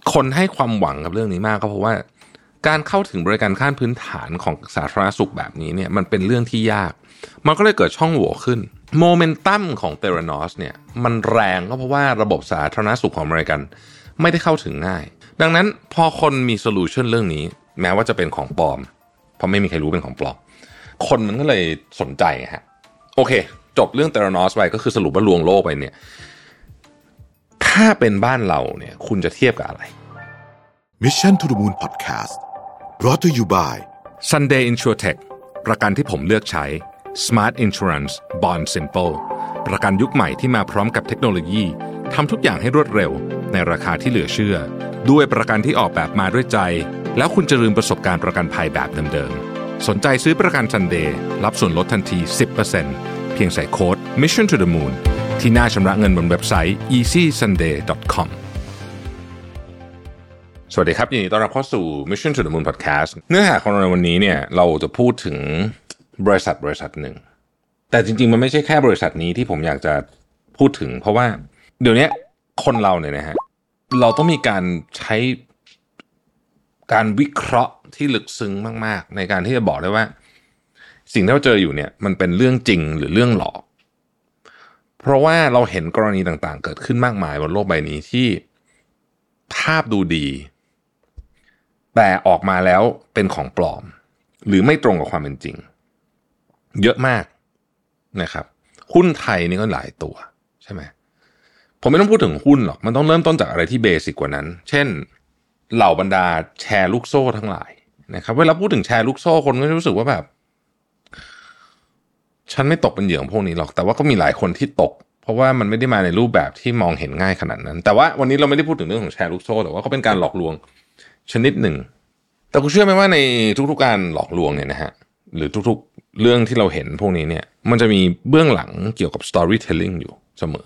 คนให้ความหวังกับเรื่องนี้มากก็เพราะว่าการเข้าถึงบริการขั้นพื้นฐานของสาธารณสุขแบบนี้เนี่ยมันเป็นเรื่องที่ยากมันก็เลยเกิดช่องโหว่ขึ้นโมเมนตัมของ Theranos เนี่ยมันแรงก็เพราะว่าระบบสาธารณสุขของอเมริกันไม่ได้เข้าถึงง่ายดังนั้นพอคนมีโซลูชันเรื่องนี้แม้ว่าจะเป็นของปลอมเพราะไม่มีใครรู้เป็นของปลอมคนมันก็เลยสนใจฮะโอเคจบเรื่อง Theranos ไปก็คือสรุปว่าลวงโลกไปเนี่ยถ้าเป็นบ้านเราเนี่ยคุณจะเทียบกับอะไร Mission to the Moon Podcast brought to you by Sunday InsurTech ประกันที่ผมเลือกใช้ Smart Insurance Bond Simple ประกันยุคใหม่ที่มาพร้อมกับเทคโนโลยีทำทุกอย่างให้รวดเร็วในราคาที่เหลือเชื่อด้วยประกันที่ออกแบบมาด้วยใจแล้วคุณจะลืมประสบการณ์ประกันภัยแบบเดิมๆสนใจซื้อประกัน Sunday รับส่วนลดทันที 10% เพียงใส่โค้ด Mission to the Moon ที่หน้าชำระเงินบนเว็บไซต์ easysunday.com สวัสดีครับยินดีต้อนรับเข้าสู่ Mission to the Moon Podcast เนื้อหาของเราในวันนี้เนี่ยเราจะพูดถึงบริษัทหนึ่งแต่จริงๆมันไม่ใช่แค่บริษัทนี้ที่ผมอยากจะพูดถึงเพราะว่าเดี๋ยวนี้คนเราเนี่ยนะฮะเราต้องมีการใช้การวิเคราะห์ที่ลึกซึ้งมากๆในการที่จะบอกได้ว่าสิ่งที่เราเจออยู่เนี่ยมันเป็นเรื่องจริงหรือเรื่องหลอกเพราะว่าเราเห็นกรณีต่างๆเกิดขึ้นมากมายบนโลกใบนี้ที่ภาพดูดีแต่ออกมาแล้วเป็นของปลอมหรือไม่ตรงกับความเป็นจริงเยอะมากนะครับหุ้นไทยนี่ก็หลายตัวใช่ไหมผมไม่ต้องพูดถึงหุ้นหรอกมันต้องเริ่มต้นจากอะไรที่เบสิกกว่านั้นเช่นเหล่าบรรดาแชร์ลูกโซ่ทั้งหลายนะครับเวลาพูดถึงแชร์ลูกโซ่คนก็จะรู้สึกว่าแบบฉันไม่ตกเป็นเหยื่อของพวกนี้หรอกแต่ว่าก็มีหลายคนที่ตกเพราะว่ามันไม่ได้มาในรูปแบบที่มองเห็นง่ายขนาดนั้นแต่ว่าวันนี้เราไม่ได้พูดถึงเรื่องของแชร์ลูกโซ่แต่ว่าก็เป็นการหลอกลวงชนิดหนึ่งแต่คุณเชื่อไหมว่าในทุกๆการหลอกลวงเนี่ยนะฮะหรือทุกๆเรื่องที่เราเห็นพวกนี้เนี่ยมันจะมีเบื้องหลังเกี่ยวกับ storytelling อยู่เสมอ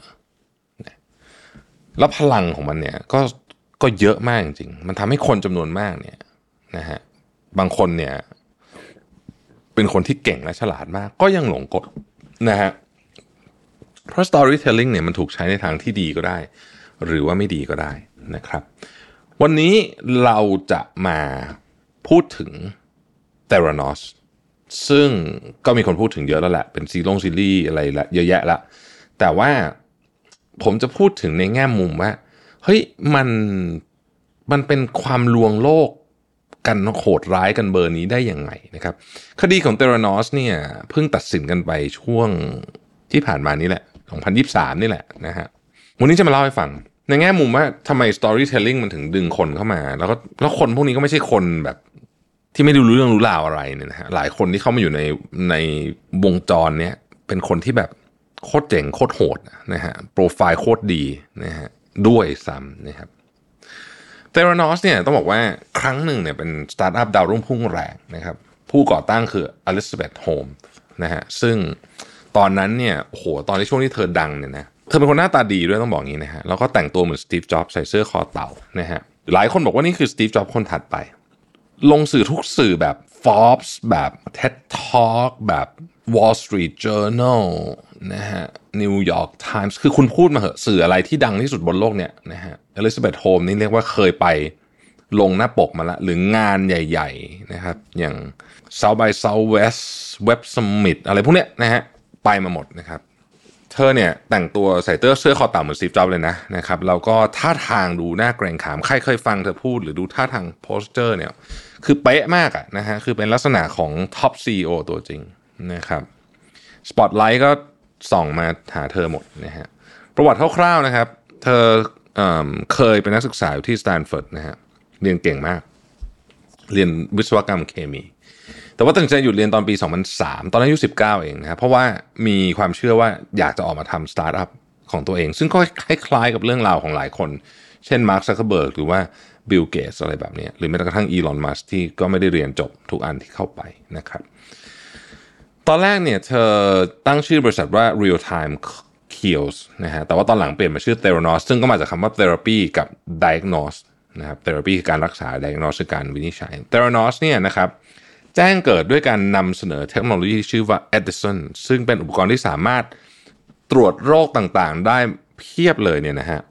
แล้วพลังของมันเนี่ยก็เยอะมากจริงๆมันทำให้คนจำนวนมากเนี่ยนะฮะบางคนเนี่ยเป็นคนที่เก่งและฉลาดมากก็ยังหลงกลนะฮะเพราะ storytelling เนี่ยมันถูกใช้ในทางที่ดีก็ได้หรือว่าไม่ดีก็ได้นะครับวันนี้เราจะมาพูดถึง Theranos ซึ่งก็มีคนพูดถึงเยอะแล้วแหละเป็นซีรีส์อะไรละเยอะแยะละแต่ว่าผมจะพูดถึงในแง่มุมว่าเฮ้ยมันเป็นความลวงโลกกันโหดร้ายกันเบอร์นี้ได้ยังไงนะครับคดีของ Theranos เนี่ยเพิ่งตัดสินกันไปช่วงที่ผ่านมานี้แหละ2023นี่แหละนะฮะวันนี้จะมาเล่าให้ฟังในแง่มุมว่าทำไม storytelling มันถึงดึงคนเข้ามาแล้วคนพวกนี้ก็ไม่ใช่คนแบบที่ไม่รู้เรื่องรู้ราวอะไรเนี่ยนะฮะหลายคนที่เข้ามาอยู่ในวงจรเนี้ยเป็นคนที่แบบโคตรเจ๋งโคตรโหดนะฮะโปรไฟล์โคตรดีนะฮะด้วยซ้ำนะครับ Theranos เนี่ยต้องบอกว่าครั้งหนึ่งเนี่ยเป็นสตาร์ทอัพดาวรุ่งพุ่งแรงนะครับผู้ก่อตั้งคืออลิซาเบธโฮมนะฮะซึ่งตอนนั้นเนี่ยโอ้โหตอนที่ช่วงที่เธอดังเนี่ยนะเธอเป็นคนหน้าตาดีด้วยต้องบอกอย่างนี้นะฮะแล้วก็แต่งตัวเหมือนสตีฟจ็อบส์ใส่เสื้อคอเต่านะฮะหลายคนบอกว่านี่คือสตีฟจ็อบส์คนถัดไปลงสื่อทุกสื่อแบบ Forbes แบบ TED Talk แบบ Wall Street Journal นะฮะ New York Times คือคุณพูดมาเหอะสื่ออะไรที่ดังที่สุดบนโลกเนี่ยนะฮะ Elizabeth Holmes นี่เรียกว่าเคยไปลงหน้าปกมาละหรืองานใหญ่ๆนะครับอย่าง South by Southwest Web Summit อะไรพวกเนี้ยนะฮะไปมาหมดนะครับเธอเนี่ยแต่งตัวใส่เสื้อคอเต่าเหมือนสตีฟจ็อบส์เลยนะครับแล้วก็ท่าทางดูน่าเกรงขามใครเคยฟังเธอพูดหรือดูท่าทางโพสเจอร์เนี่ยคือเป๊ะมากอะนะฮะคือเป็นลักษณะของท็อป CEO ตัวจริงนะครับสปอตไลท์ก็ส่องมาหาเธอหมดนะฮะประวัติคร่าวๆนะครับเธอเคยเป็นนักศึกษาอยู่ที่สแตนฟอร์ดนะฮะเรียนเก่งมากเรียนวิศวกรรมเคมีแต่ว่าตัดสินใจหยุดเรียนตอนปี2003ตอนนั้นอายุ19เองนะครับเพราะว่ามีความเชื่อว่าอยากจะออกมาทำสตาร์ทอัพของตัวเองซึ่งก็คล้ายๆกับเรื่องราวของหลายคนเช่นมาร์ค ซักเคอร์เบิร์กหรือว่าบิล เกตส์อะไรแบบนี้หรือแม้กระทั่งอีลอน มัสก์ที่ก็ไม่ได้เรียนจบทุกอันที่เข้าไปนะครับตอนแรกเนี่ยเธอตั้งชื่อบริษัทว่า Real Time Kills นะฮะแต่ว่าตอนหลังเปลี่ยนมาชื่อ Theranos ซึ่งก็มาจากคำว่า therapy กับ diagnose นะครับ therapy คือการรักษา diagnose คือการวินิจฉัย Theranos เนี่ยนะครับแจ้งเกิดด้วยการนำเสนอเทคโนโลยีที่ชื่อว่า Edison ซึ่งเป็นอุปกรณ์ที่สามารถตรวจโรคต่างๆได้เพียบเลยเนี่ยนะฮะ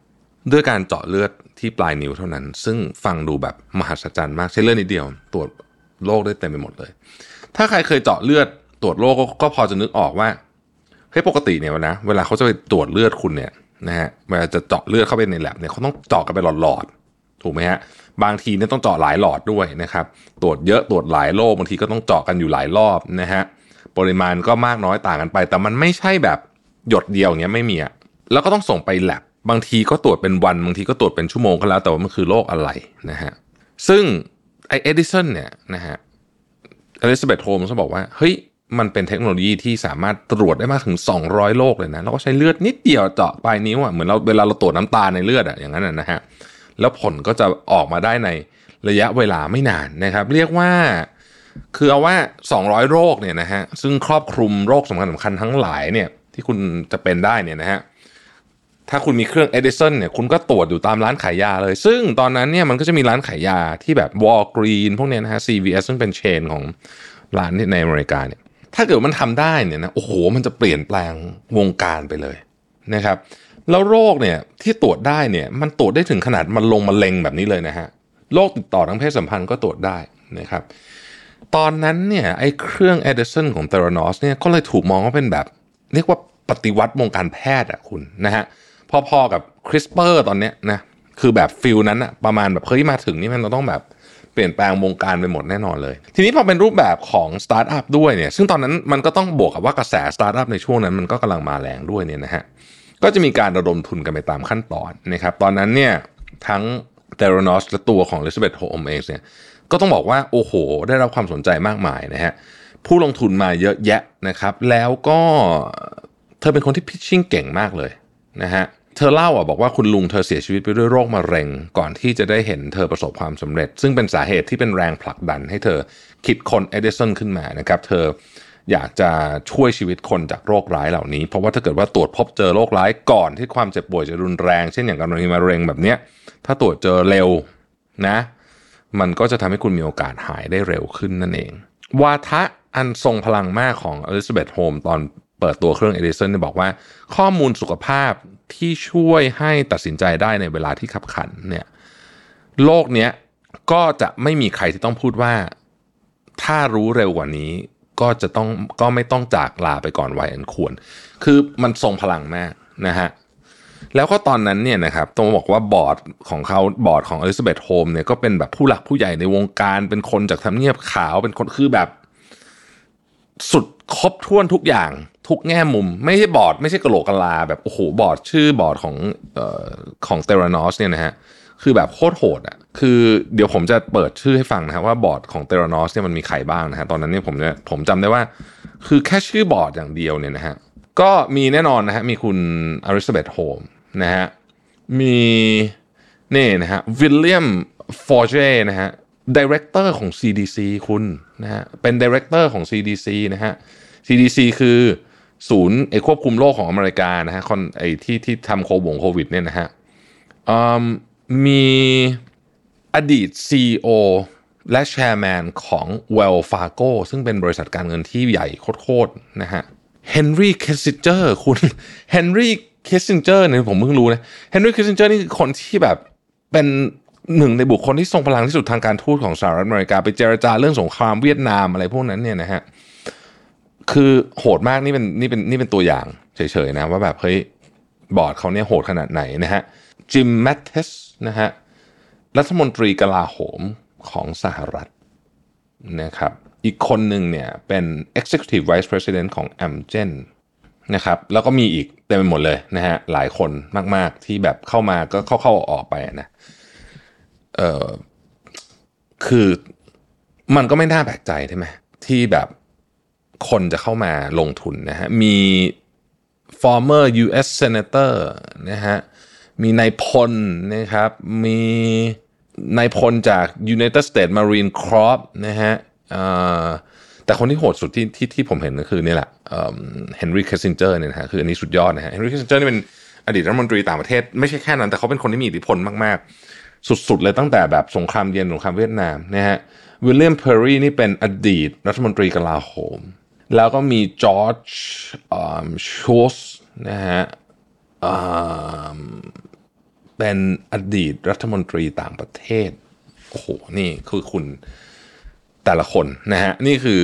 ด้วยการเจาะเลือดที่ปลายนิ้วเท่านั้นซึ่งฟังดูแบบมหัศจรรย์มากใช้เลือดนิดเดียวตรวจโรคได้เต็มไปหมดเลยถ้าใครเคยเจาะเลือดตรวจโรคก็พอจะนึกออกว่าเฮ้ยปกติเนี่ยนะเวลาเขาจะไปตรวจเลือดคุณเนี่ยนะฮะเวลาจะเจาะเลือดเข้าไปในแลบเนี่ยเขาต้องเจาะกันไปหลอดถูกไหมฮะบางทีเนี่ยต้องเจาะหลายหลอดด้วยนะครับตรวจเยอะตรวจหลายโรคบางทีก็ต้องเจาะกันอยู่หลายรอบนะฮะปริมาณก็มากน้อยต่างกันไปแต่มันไม่ใช่แบบหยดเดียวอย่างเงี้ยไม่มีอะแล้วก็ต้องส่งไปแลบบางทีก็ตรวจเป็นวันบางทีก็ตรวจเป็นชั่วโมงก็แล้วแต่ว่ามันคือโรคอะไรนะฮะซึ่งไอเอดิสันเนี่ยนะฮะอลิซาเบธโฮมส์เขาบอกว่าเฮ้ยมันเป็นเทคโนโลยีที่สามารถตรวจได้มากถึง200โรคเลยนะแล้วก็ใช้เลือดนิดเดียวเจาะปลายนิ้วอ่ะเหมือนเราเวลาเราตรวจน้ำตาลในเลือดอ่ะอย่างนั้นนะฮะแล้วผลก็จะออกมาได้ในระยะเวลาไม่นานนะครับเรียกว่าคือเอาว่า200โรคเนี่ยนะฮะซึ่งครอบคลุมโรคสำคัญทั้งหลายเนี่ยที่คุณจะเป็นได้เนี่ยนะฮะถ้าคุณมีเครื่อง Edison เนี่ยคุณก็ตรวจอยู่ตามร้านขายยาเลยซึ่งตอนนั้นเนี่ยมันก็จะมีร้านขายยาที่แบบ Walgreens พวกเนี้ยนะฮะ CVS ซึ่งเป็นเชนของร้านในอเมริกาเนี่ยถ้าเกิดมันทำได้เนี่ยนะโอ้โหมันจะเปลี่ยนแปลงวงการไปเลยนะครับแล้วโรคเนี่ยที่ตรวจได้เนี่ยมันตรวจได้ถึงขนาดมันลงมะเร็งแบบนี้เลยนะฮะโรคติดต่อทางเพศสัมพันธ์ก็ตรวจได้นะครับตอนนั้นเนี่ยไอ้เครื่อง Edison ของ Theranos เนี่ยก็เลยถูกมองว่าเป็นแบบเรียกว่าปฏิวัติวงการแพทย์อ่ะคุณนะฮะพอๆกับ CRISPR ตอนเนี้ยนะคือแบบฟิลนั้นอะประมาณแบบเฮ้ยมาถึงนี่มันเราต้องแบบเปลี่ยนแปลงวงการไปหมดแน่นอนเลยทีนี้พอเป็นรูปแบบของสตาร์ทอัพด้วยเนี่ยซึ่งตอนนั้นมันก็ต้องบวกกับว่ากระแสสตาร์ทอัพในช่วงนั้นมันก็กำลังมาแรงด้วยเนี่ยนะฮะก็จะมีการระดมทุนกันไปตามขั้นตอนนะครับตอนนั้นเนี่ยทั้ง Theranos และตัวของ Elizabeth Holmes เองเนี่ยก็ต้องบอกว่าโอ้โหได้รับความสนใจมากมายนะฮะผู้ลงทุนมาเยอะแยะนะครับแล้วก็เธอเป็นคนที่พิชชิ่งเก่งมากเลยนะฮะเธอเล่าบอกว่าคุณลุงเธอเสียชีวิตไปด้วยโรคมะเร็งก่อนที่จะได้เห็นเธอประสบความสำเร็จซึ่งเป็นสาเหตุที่เป็นแรงผลักดันให้เธอคิดค้น Edison ขึ้นมานะครับเธออยากจะช่วยชีวิตคนจากโรคร้ายเหล่านี้เพราะว่าถ้าเกิดว่าตรวจพบเจอโรคร้ายก่อนที่ความเจ็บป่วยจะรุนแรงเช่นอย่างกรณีมะเร็งแบบเนี้ยถ้าตรวจเจอเร็วนะมันก็จะทำให้คุณมีโอกาสหายได้เร็วขึ้นนั่นเองวาทะอันทรงพลังมากของอลิซาเบธโฮมตอนเปิดตัวเครื่อง Edison เนี่ยบอกว่าข้อมูลสุขภาพที่ช่วยให้ตัดสินใจได้ในเวลาที่ขับขันเนี่ยโลกเนี้ยก็จะไม่มีใครที่ต้องพูดว่าถ้ารู้เร็วกว่านี้ก็ไม่ต้องจากลาไปก่อนวัยอันควรคือมันทรงพลังมากนะฮะแล้วก็ตอนนั้นเนี่ยนะครับต้องบอกว่าบอร์ดของอลิซาเบธโฮมเนี่ยก็เป็นแบบผู้หลักผู้ใหญ่ในวงการเป็นคนจากทำเนียบขาวเป็นคนคือแบบสุดครบถ้วนทุกอย่างทุกแง่มุมไม่ใช่บอร์ดไม่ใช่กะโหลกกะลาแบบโอ้โหบอร์ดชื่อบอร์ดของ Theranos เนี่ยนะฮะคือแบบโคตรโหดอ่ะคือเดี๋ยวผมจะเปิดชื่อให้ฟังนะครับว่าบอร์ดของ Theranos เนี่ยมันมีใครบ้างนะฮะตอนนั้นเนี่ยผมจำได้ว่าคือแค่ชื่อบอร์ดอย่างเดียวเนี่ยนะฮะก็มีแน่นอนนะฮะมีคุณอลิซาเบธโฮมนะฮะมีนี่นะฮะวิลเลียมฟอร์เจนะฮะดีเรคเตอร์ของ CDC คุณนะฮะเป็นดีเรคเตอร์ของ CDC นะฮะ CDC คือศูนย์ควบคุมโรคของอเมริกานะฮะที่ทำโควิดเนี่ยนะฮะมีอดีต CEO และแชร์แมนของ Wells Fargo ซึ่งเป็นบริษัทการเงินที่ใหญ่โคตรๆนะฮะเฮนรี่คิสซินเจอร์คุณเฮนรี่คิสซินเจอร์เนี่ยผมเพิ่งรู้นะเฮนรี่คิสซินเจอร์นี่คือคนที่แบบเป็นหนึ่งในบุคคลที่ทรงพลังที่สุดทางการทูตของสหรัฐอเมริกาไปเจรจาเรื่องสงครามเวียดนามอะไรพวกนั้นเนี่ยนะฮะคือโหดมากนี่เป็นตัวอย่างเฉยๆนะว่าแบบเฮ้ยบอร์ดเขาเนี่ยโหดขนาดไหนนะฮะจิมแมทเทสนะฮะรัฐมนตรีกลาโหมของสหรัฐนะครับอีกคนหนึ่งเนี่ยเป็น Executive Vice President ของ Amgen นะครับแล้วก็มีอีกเต็มไปหมดเลยนะฮะหลายคนมากๆที่แบบเข้ามาก็เข้าออกไปนะคือมันก็ไม่น่าแปลกใจใช่ไหมที่แบบคนจะเข้ามาลงทุนนะฮะมี former US Senator นะฮะมีนายพลนะครับมีนายพลจาก United States Marine Corps นะฮะแต่คนที่โหดสุดที่ผมเห็นก็คือนี่แหละเฮนรี่คิสซินเจอร์เนี่ยนะฮะคืออันนี้สุดยอดนะฮะเฮนรี่คิสซินเจอร์นี่เป็นอดีตรัฐมนตรีต่างประเทศไม่ใช่แค่นั้นแต่เขาเป็นคนที่มีอิทธิพลมากๆสุดๆเลยตั้งแต่แบบสงครามเย็นสงครามเวียดนามนะฮะวิลเลียมเพอร์รี่นี่เป็นอดีตรัฐมนตรีกลาโหมแล้วก็มีจอร์จชอลส์นะฮะเป็นอดีตรัฐมนตรีต่างประเทศโอ้โหนี่คือคุณแต่ละคนนะฮะนี่คือ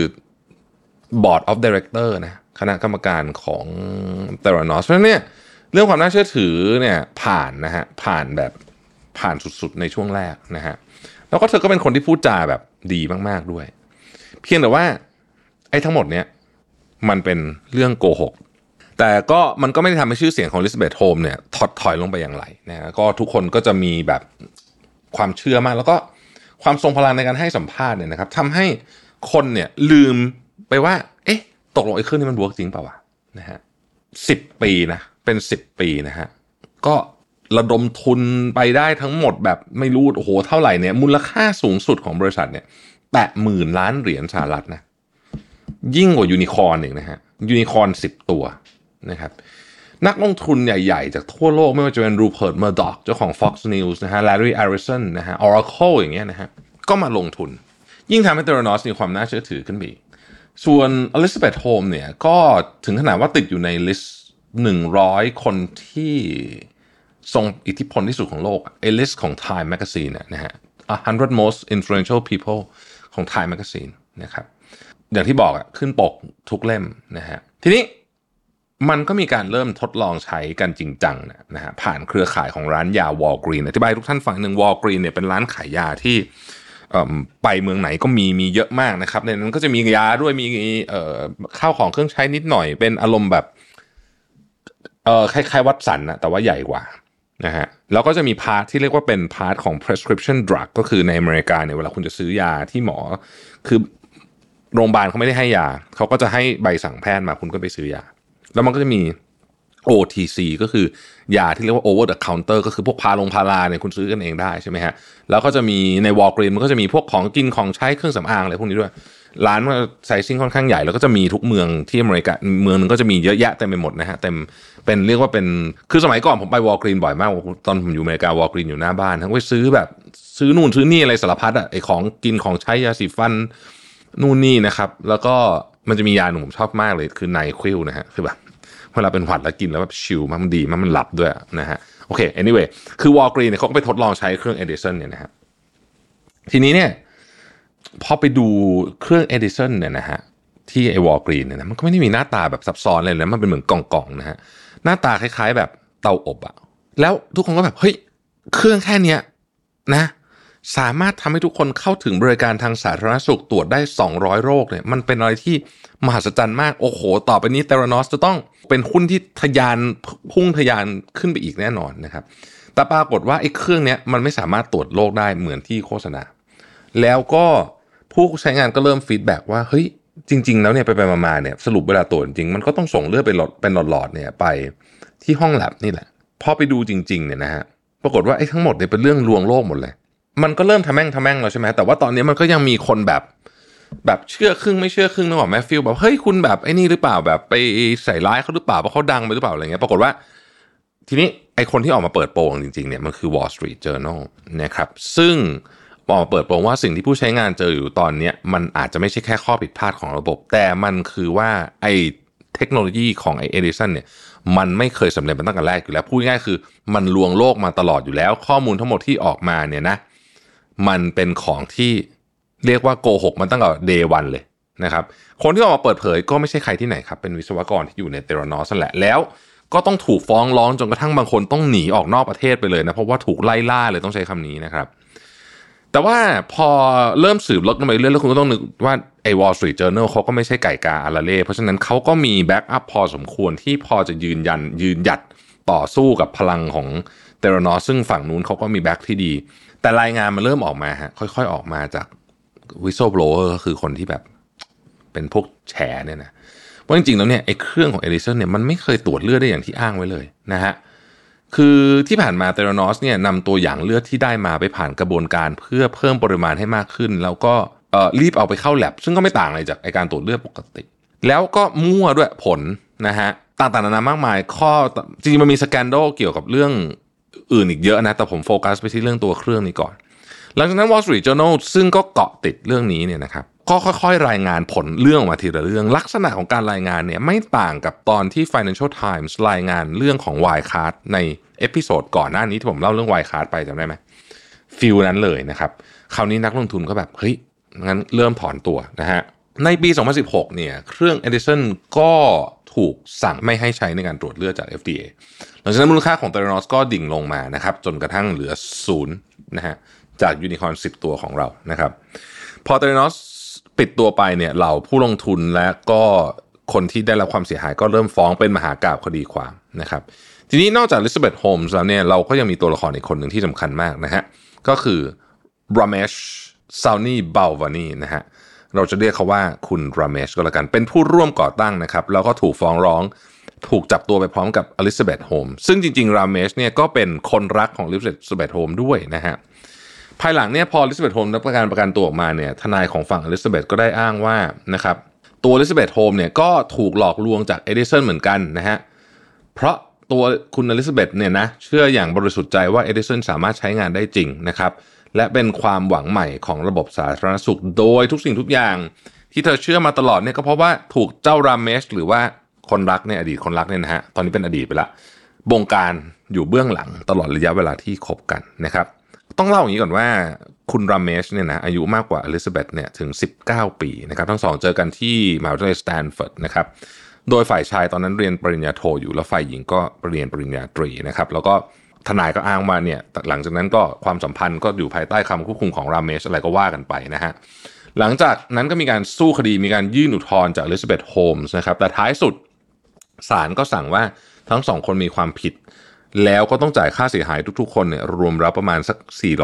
Board of Director นะคณะกรรมการของ Theranos เพราะฉะนั้นเนี่ยเรื่องความน่าเชื่อถือเนี่ยผ่านนะฮะผ่านสุดๆในช่วงแรกนะฮะแล้วก็เธอก็เป็นคนที่พูดจาแบบดีมากๆด้วยเพียงแต่ว่าไอ้ทั้งหมดเนี่ยมันเป็นเรื่องโกหกแต่ก็มันก็ไม่ได้ทำให้ชื่อเสียงของ Elizabeth Holmes เนี่ยถดถอยลงไปอย่างไรนะฮะก็ทุกคนก็จะมีแบบความเชื่อมากแล้วก็ความทรงพลังในการให้สัมภาษณ์เนี่ยนะครับทำให้คนเนี่ยลืมไปว่าเอ๊ะตกลงไอ้เครื่องนี้มันเวิร์กจริงเปล่าวะนะฮะ10 ปีนะเป็น10 ปีนะฮะก็ระดมทุนไปได้ทั้งหมดแบบไม่รู้โอ้โหเท่าไหร่เนี่ยมูลค่าสูงสุดของบริษัทเนี่ยแตะ10,000 ล้านเหรียญสหรัฐนะยิ่งกว่ายูนิคอร์นอีกนะฮะยูนิคอร์น10 ตัวนะครับนักลงทุนใหญ่ๆจากทั่วโลกไม่ว่าจะเป็นรูเพิร์ตเมอร์ดอกเจ้าของ Fox News นะฮะ Larry Ellison นะฮะ Oracle อย่างเงี้ยนะฮะก็มาลงทุนยิ่งทำให้ Theranos มีความน่าเชื่อถือขึ้นไปส่วน Elizabeth Holmes เนี่ยก็ถึงขนาดว่าติดอยู่ในลิสต์100 คนที่ทรงอิทธิพลที่สุดของโลกไอ้ลิสต์ของ Time Magazine นะฮะ 100 most influential people ของ Time Magazine นะครับอย่างที่บอกขึ้นปกทุกเล่มนะฮะทีนี้มันก็มีการเริ่มทดลองใช้กันจริงจังนะฮะผ่านเครือข่ายของร้านยา Walgreen อธิบายทุกท่านฟังหนึ่ง Walgreen เนี่ยเป็นร้านขายยาที่ไปเมืองไหนก็มีเยอะมากนะครับในนั้นก็จะมียาด้วยมีข้าวของเครื่องใช้นิดหน่อยเป็นอารมณ์แบบคล้ายๆวัตสันนะแต่ว่าใหญ่กว่านะฮะแล้วก็จะมีพาร์ทที่เรียกว่าเป็นพาร์ทของ prescription drug ก็คือในอเมริกาเนี่ยเวลาคุณจะซื้อยาที่หมอคือโรงพยาบาลเขาไม่ได้ให้ยาเขาก็จะให้ใบสั่งแพทย์มาคุณก็ไปซื้อยาแล้วมันก็จะมี OTC ก็คือยาที่เรียกว่า over the counter ก็คือพวกพาราเนี่ยคุณซื้อกันเองได้ใช่ไหมฮะแล้วก็จะมีใน Walgreens มันก็จะมีพวกของกินของใช้เครื่องสำอางอะไรพวกนี้ด้วยร้านมันไซซิ่งค่อนข้างใหญ่แล้วก็จะมีทุกเมืองที่อเมริกาเมืองนึงก็จะมีเยอะแยะเต็มไปหมดนะฮะเต็มเป็นเรียกว่าเป็นคือสมัยก่อนผมไป Walgreens บ่อยมากตอนผมอยู่อเมริกา Walgreens อยู่หน้าบ้านทั้งไปซื้อแบบซื้อนู่นซื้อนี่อะไรสารพัดไอ้ของกินของใช้ยาสีฟันนู่นนี่นะครับแล้วก็มันจะมียาหนึ่งผมชอบมากเลยคือไนควิลนะฮะคือแบบเวลาเป็นหวัดแล้วกินแล้วแบบชิลมันดีมันหลับด้วยนะฮะโอเค anyway คือ Walgreens เนี่ยเขาก็ไปทดลองใช้เครื่อง Edison เนี่ยนะฮะทีนี้เนี่ยพอไปดูเครื่อง Edison เนี่ยนะฮะที่ไอ้ Walgreens เนี่ยนะมันก็ไม่ได้มีหน้าตาแบบซับซ้อนเลยนะมันเป็นเหมือนกล่องๆนะฮะหน้าตาคล้ายๆแบบเตาอบอะแล้วทุกคนก็แบบเฮ้ยเครื่องแค่เนี้ยนะสามารถทำให้ทุกคนเข้าถึงบริการทางสาธารณสุขตรวจได้200โรคเนี่ยมันเป็นอะไรที่มหัศจรรย์มากโอ้โหต่อไปนี้ Theranos จะต้องเป็นหุ้นที่พุ่งทะยานขึ้นไปอีกแน่นอนนะครับแต่ปรากฏว่าไอ้เครื่องเนี้ยมันไม่สามารถตรวจโรคได้เหมือนที่โฆษณาแล้วก็ผู้ใช้งานก็เริ่มฟีดแบ็กว่าเฮ้ยจริงๆแล้วเนี่ยไปมาเนี่ยสรุปเวลาตรวจจริงมันก็ต้องส่งเลือดเป็นหลอดๆเนี่ยไปที่ห้องแลบนี่แหละพอไปดูจริงๆเนี่ยนะฮะปรากฏว่าไอ้ทั้งหมดเนี่ยเป็นเรื่องลวงโลกหมดเลยมันก็เริ่มทะแม่งแล้วใช่ไหมแต่ว่าตอนนี้มันก็ยังมีคนแบบเชื่อครึ่งไม่เชื่อครึ่งนึกออกไหมฟิลแบบเฮ้ยคุณแบบไอ้นี่หรือเปล่าแบบไปใส่ร้ายเขาหรือเปล่าเพราะเขาดังไปหรือเปล่าอะไรเงี้ยปรากฏว่าทีนี้ไอ้คนที่ออกมาเปิดโปงจริงๆเนี่ยมันคือ Wall Street Journal นะครับซึ่งออกมาเปิดโปงว่าสิ่งที่ผู้ใช้งานเจออยู่ตอนนี้มันอาจจะไม่ใช่แค่ข้อผิดพลาดของระบบแต่มันคือว่าไอ้เทคโนโลยีของไอ้ Edison เนี่ยมันไม่เคยสำเร็จมาตั้งแต่แรกอยู่แล้วพูดง่ายๆคือมันลวงโลกมาตลอดอยู่แล้วข้อมูลทั้งหมดที่ออกมาเนี่ยนะมันเป็นของที่เรียกว่าโกหกมันตั้งแต่ day 1เลยนะครับคนที่ออกมาเปิดเผยก็ไม่ใช่ใครที่ไหนครับเป็นวิศวกรที่อยู่ใน Theranos นั่นแหละแล้วก็ต้องถูกฟ้องร้องจนกระทั่งบางคนต้องหนีออกนอกประเทศไปเลยนะเพราะว่าถูกไล่ล่าเลยต้องใช้คำนี้นะครับแต่ว่าพอเริ่มสืบลึกลงไปเรื่อยๆแล้วคุณก็ต้องนึกว่าไอ้ Wall Street Journal เขาก็ไม่ใช่ไก่กาอาราเล่เพราะฉะนั้นเขาก็มีแบ็กอัพพอสมควรที่พอจะยืนหยัดต่อสู้กับพลังของ Theranos ซึ่งฝั่งนู้นเขาก็มีแบ็กที่ดีแต่รายงานมันเริ่มออกมาฮะค่อยๆออกมาจาก whistleblower ก็คือคนที่แบบเป็นพวกแฉเนี่ยนะว่าจริงๆแล้วเนี่ยไอ้เครื่องของ Edison เนี่ยมันไม่เคยตรวจเลือดได้อย่างที่อ้างไว้เลยนะฮะคือที่ผ่านมา Theranos เนี่ยนำตัวอย่างเลือดที่ได้มาไปผ่านกระบวนการเพื่อเพิ่มปริมาณให้มากขึ้นแล้วก็รีบเอาไปเข้า lab ซึ่งก็ไม่ต่างอะไรจากไอ้การตรวจเลือดปกติแล้วก็มั่วด้วยผลนะฮะต่างๆนานามากมายข้อจริงๆมันมีสแกนโดลเกี่ยวกับเรื่องอื่นอีกเยอะนะแต่ผมโฟกัสไปที่เรื่องตัวเครื่องนี้ก่อนหลังจากนั้น Wall Street Journal ซึ่งก็เกาะติดเรื่องนี้เนี่ยนะครับก็ค่อยๆรายงานผลเรื่องออกมาทีละเรื่องลักษณะของการรายงานเนี่ยไม่ต่างกับตอนที่ Financial Times รายงานเรื่องของ Wirecard ในเอพิโซดก่อนหน้านี้ที่ผมเล่าเรื่องไวคาร์ดไปจำได้ไหมฟิลนั้นเลยนะครับคราวนี้นักลงทุนก็แบบเฮ้ยงั้นเริ่มถอนตัวนะฮะในปี 2016 เนี่ยเครื่อง Edison ก็ถูกสั่งไม่ให้ใช้ในการตรวจเลือดจาก FDA หลังจากนั้นมูลค่าของ Theranos ก็ดิ่งลงมานะครับจนกระทั่งเหลือ0นะฮะจากยูนิคอร์น10 ตัวของเรานะครับพอ Theranos ปิดตัวไปเนี่ยเหล่าผู้ลงทุนและก็คนที่ได้รับความเสียหายก็เริ่มฟ้องเป็นมหากาพย์คดีความนะครับทีนี้นอกจาก Elizabeth Holmes แล้วเนี่ยเราก็ยังมีตัวละครอีกคนหนึ่งที่สำคัญมากนะฮะก็คือ Ramesh Sauni Balvani นะฮะเราจะเรียกเขาว่าคุณราเมชก็แล้วกันเป็นผู้ร่วมก่อตั้งนะครับแล้วก็ถูกฟ้องร้องถูกจับตัวไปพร้อมกับอลิซาเบธโฮมซึ่งจริงๆราเมชเนี่ยก็เป็นคนรักของอลิซาเบธโฮมด้วยนะฮะภายหลังเนี่ยพออลิซาเบธโฮมได้ประกันตัวออกมาเนี่ยทนายของฝั่งอลิซาเบธก็ได้อ้างว่านะครับตัวอลิซาเบธโฮมเนี่ยก็ถูกหลอกลวงจากเอดิสันเหมือนกันนะฮะเพราะตัวคุณอลิซาเบธเนี่ยนะเชื่ออย่างบริสุทธิ์ใจว่าเอดิสันสามารถใช้งานได้จริงนะครับและเป็นความหวังใหม่ของระบบสาธารณสุขโดยทุกสิ่งทุกอย่างที่เธอเชื่อมาตลอดเนี่ยก็เพราะว่าถูกเจ้าราเมชหรือว่าคนรักเนี่ยอดีตคนรักเนี่ยนะฮะตอนนี้เป็นอดีตไปละบงการอยู่เบื้องหลังตลอดระยะเวลาที่คบกันนะครับต้องเล่าอย่างนี้ก่อนว่าคุณราเมชเนี่ยนะอายุมากกว่าอลิซาเบธเนี่ยถึง19 ปีนะครับทั้งสองเจอกันที่มหาวิทยาลัยสแตนฟอร์ดนะครับโดยฝ่ายชายตอนนั้นเรียนปริญญาโทอยู่แล้วฝ่ายหญิงก็เรียนปริญญาตรีนะครับแล้วก็ทนายก็อ้างว่าเนี่ยหลังจากนั้นก็ความสัมพันธ์ก็อยู่ภายใต้คำควบคุมของราเมชอะไรก็ว่ากันไปนะฮะหลังจากนั้นก็มีการสู้คดีมีการยื่นอุทธรณ์จากอลิซาเบธโฮมส์นะครับแต่ท้ายสุดศาลก็สั่งว่าทั้งสองคนมีความผิดแล้วก็ต้องจ่ายค่าเสียหายทุกๆคนเนี่ยรวมแล้วประมาณสัก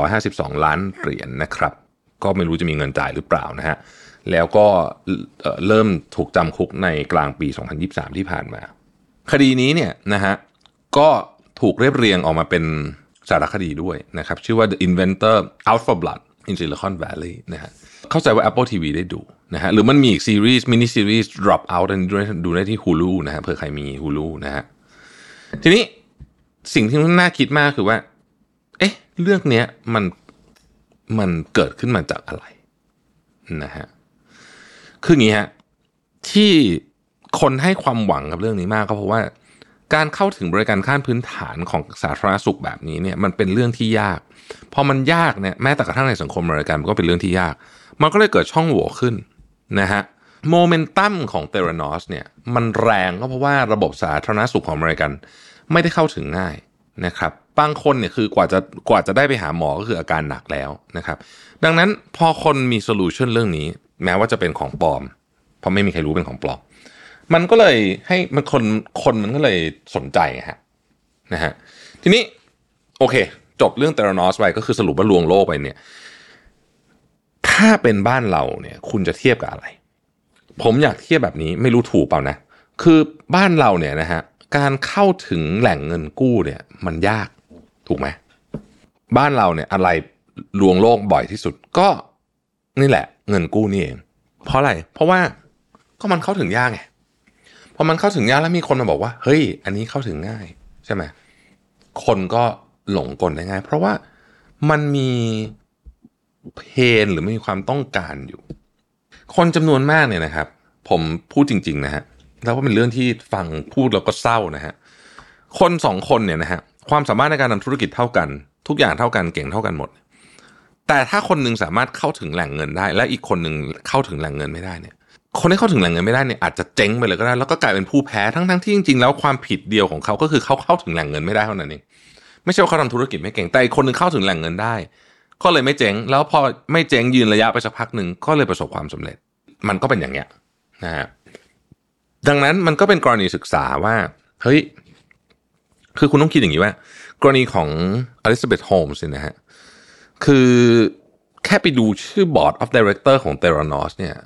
452 ล้านเหรียญนะครับก็ไม่รู้จะมีเงินจ่ายหรือเปล่านะฮะแล้วก็เริ่มถูกจำคุกในกลางปี2023ที่ผ่านมาคดีนี้เนี่ยนะฮะก็ถูกเรียบเรียงออกมาเป็นสารคดีด้วยนะครับชื่อว่า The Inventor Out for Blood in Silicon Valley นะฮะเข้าใจว่า Apple TV ได้ดูนะฮะหรือมันมีอีกซีรีส์มินิซีรีส์ Drop Out อันนี้ดูได้ที่ Hulu นะฮะเผื่อใครมี Hulu นะฮะทีนี้สิ่งที่น่าคิดมากคือว่าเอ๊ะเรื่องนี้มันเกิดขึ้นมาจากอะไรนะฮะคืออย่างนี้ฮะที่คนให้ความหวังกับเรื่องนี้มากก็เพราะว่าการเข้าถึงบริการขั้นพื้นฐานของสาธารณสุขแบบนี้เนี่ยมันเป็นเรื่องที่ยากพอมันยากเนี่ยแม้แต่กระทั่งในสังคมอเมริกันมันก็เป็นเรื่องที่ยากมันก็เลยเกิดช่องโหว่ขึ้นนะฮะโมเมนตัมของ Theranos เนี่ยมันแรงก็เพราะว่าระบบสาธารณสุขของอเมริกันไม่ได้เข้าถึงง่ายนะครับบางคนเนี่ยคือกว่าจะได้ไปหาหมอก็คืออาการหนักแล้วนะครับดังนั้นพอคนมีโซลูชันเรื่องนี้แม้ว่าจะเป็นของปลอมเพราะไม่มีใครรู้เป็นของปลอมมันก็เลยให้มันคนมันก็เลยสนใจนะฮะทีนี้โอเคจบเรื่อง Theranos ไปก็คือสรุปว่าลวงโลกไปเนี่ยถ้าเป็นบ้านเราเนี่ยคุณจะเทียบกับอะไรผมอยากเทียบแบบนี้ไม่รู้ถูกเปล่านะคือบ้านเราเนี่ยนะฮะการเข้าถึงแหล่งเงินกู้เนี่ยมันยากถูกไหมบ้านเราเนี่ยอะไรลวงโลกบ่อยที่สุดก็นี่แหละเงินกู้นี่เองเพราะอะไรเพราะว่าก็มันเข้าถึงยากไงพอมันเข้าถึงยากแล้วมีคนมาบอกว่าเฮ้ยอันนี้เข้าถึงง่ายใช่ไหมคนก็หลงกลได้ง่ายเพราะว่ามันมีเพนหรือมีความต้องการอยู่คนจำนวนมากเนี่ยนะครับผมพูดจริงๆนะฮะแล้วก็เป็นเรื่องที่ฟังพูดแล้วก็เศร้านะฮะคนสองคนเนี่ยนะฮะความสามารถในการทำธุรกิจเท่ากันทุกอย่างเท่ากันเก่งเท่ากันหมดแต่ถ้าคนนึงสามารถเข้าถึงแหล่งเงินได้และอีกคนนึงเข้าถึงแหล่งเงินไม่ได้เนี่ยคนที่เข้าถึงแหล่งเงินไม่ได้เนี่ยอาจจะเจ๊งไปเลยก็ได้แล้วก็กลายเป็นผู้แพ้ทั้งที่จริงๆแล้วความผิดเดียวของเขาก็คือเขาเข้าถึงแหล่งเงินไม่ได้เท่านั้นเองไม่ใช่ว่าเขาทำธุรกิจไม่เก่งแต่อีกคนนึงเข้าถึงแหล่งเงินได้ก็เลยไม่เจ๊งแล้วพอไม่เจ๊งยืนระยะไปสักพักนึงก็เลยประสบความสำเร็จมันก็เป็นอย่างเงี้ยนะฮะดังนั้นมันก็เป็นกรณีศึกษาว่าเฮ้ยคือคุณต้องคิดอย่างนี้ว่ากรณีของอลิซาเบธโฮมส์นะฮะคือแค่ไปดูชื่อ Board of Director ของ Theranos เนี่ย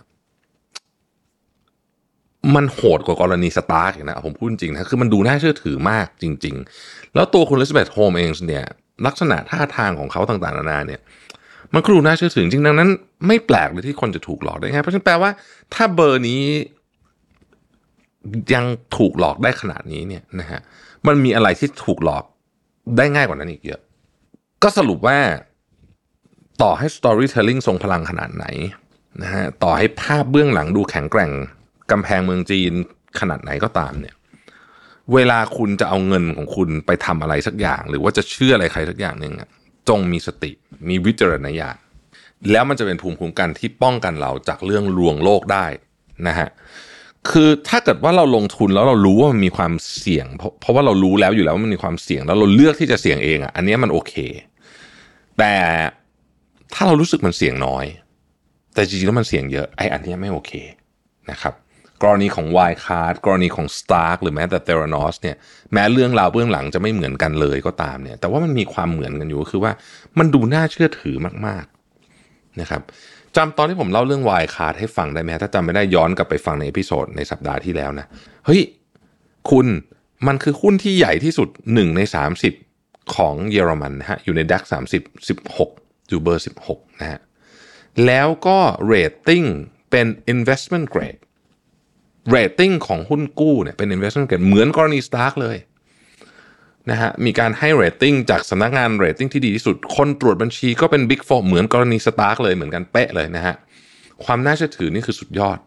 มันโหดกว่ากรณีสตาร์กนะผมพูดจริงนะคือมันดูน่าเชื่อถือมากจริงๆแล้วตัวคุณอลิซาเบธโฮมเองเนี่ยลักษณะท่าทางของเขาต่างๆนานาเนี่ยมันก็ดูน่าเชื่อถือจริงดังนั้นไม่แปลกเลยที่คนจะถูกหลอกได้ง่ายเพราะฉะนั้นแปลว่าถ้าเบอร์นี้ยังถูกหลอกได้ขนาดนี้เนี่ยนะฮะมันมีอะไรที่ถูกหลอกได้ง่ายกว่านั้นอีกเยอะก็สรุปว่าต่อให้ storytelling ทรงพลังขนาดไหนนะฮะต่อให้ภาพเบื้องหลังดูแข็งแกร่งกำแพงเมืองจีนขนาดไหนก็ตามเนี่ยเวลาคุณจะเอาเงินของคุณไปทำอะไรสักอย่างหรือว่าจะเชื่ออะไรใครสักอย่างนึงจงมีสติมีวิจารณญาณแล้วมันจะเป็นภูมิคุ้มกันที่ป้องกันเราจากเรื่องลวงโลกได้นะฮะคือถ้าเกิดว่าเราลงทุนแล้วเรารู้ว่ามันมีความเสี่ยงเพราะว่าเรารู้แล้วอยู่แล้วว่ามันมีความเสี่ยงแล้วเราเลือกที่จะเสี่ยงเองอันนี้มันโอเคแต่ถ้าเรารู้สึกมันเสี่ยงน้อยแต่จริงๆแล้วมันเสี่ยงเยอะอันนี้ไม่โอเคนะครับกรณีของ Wirecard กรณีของ Stark หรือแม้แต่ Theranos เนี่ยแม้เรื่องราวเบื้องหลังจะไม่เหมือนกันเลยก็ตามเนี่ยแต่ว่ามันมีความเหมือนกันอยู่ก็คือว่ามันดูน่าเชื่อถือมากๆนะครับจำตอนที่ผมเล่าเรื่อง Wirecard ให้ฟังได้ไหมถ้าจำไม่ได้ย้อนกลับไปฟังในเอพิโซดในสัปดาห์ที่แล้วนะเฮ้ยคุณมันคือหุ้นที่ใหญ่ที่สุด1ใน30ของเยอรมันนะฮะอยู่ใน DAX 30 16อยู่เบอร์16นะฮะแล้วก็เรตติ้งเป็น investment grade เรตติ้งของหุ้นกู้เนี่ยเป็น investment grade เหมือนกรณี Stark เลยนะฮะมีการให้เรตติ้งจากสำนักงานเรตติ้งที่ดีที่สุดคนตรวจบัญชีก็เป็น Big 4เหมือนกรณี Stark เลยเหมือนกันเป๊ะเลยนะฮะความน่าเชื่อถือนี่คือสุดยอด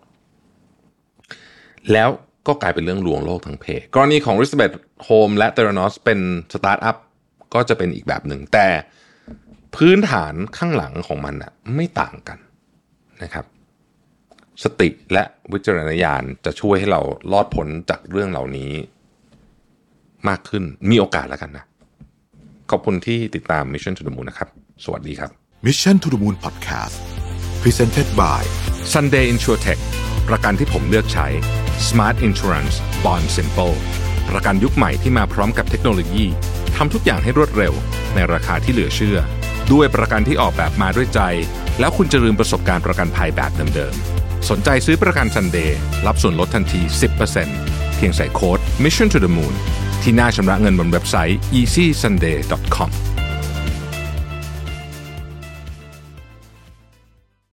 แล้วก็กลายเป็นเรื่องลวงโลกทั้งเพกรณีของ Elizabeth Home และ Theranos เป็นสตาร์ทอัพก็จะเป็นอีกแบบหนึ่งแต่พื้นฐานข้างหลังของมันไม่ต่างกันนะครับสติและวิจารณญาณจะช่วยให้เรารอดพ้นจากเรื่องเหล่านี้มากขึ้นมีโอกาสแล้วกันนะขอบคุณที่ติดตาม Mission to the Moon นะครับสวัสดีครับ Mission to the Moon Podcast Presented by Sunday InsurTech ประกันที่ผมเลือกใช้ Smart Insurance Bond Simple ประกันยุคใหม่ที่มาพร้อมกับเทคโนโลยีทำทุกอย่างให้รวดเร็วในราคาที่เหลือเชื่อด้วยประกันที่ออกแบบมาด้วยใจแล้วคุณจะลืมประสบการณ์ประกันภัยแบบเดิมๆสนใจซื้อประกัน Sunday รับส่วนลดทันที 10% เพียงใส่โค้ด Mission to the Moon ที่หน้าชำระเงินบนเว็บไซต์ easysunday.com